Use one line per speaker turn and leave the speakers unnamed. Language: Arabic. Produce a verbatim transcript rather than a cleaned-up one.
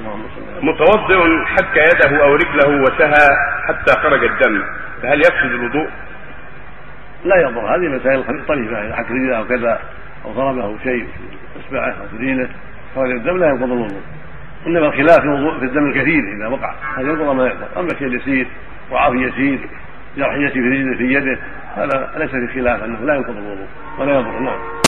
متوضئ حك يده او رجله وسهى حتى خرج الدم، فهل يفسد الوضوء؟
لا يضر، هذه مسائل طريفه، اذا حك رجله او كذا او ضربه شيء في اصبعه او في دينه خرج الدم لا ينقض الوضوء، انما الخلاف في الوضوء في الدم الكثير اذا وقع هذا ينقض ما يقضى، اما شيء يسير وعاف يسير جرح يسير في رجله في يده هذا ليس في خلاف انه لا ينقض الوضوء ولا يضر. نعم.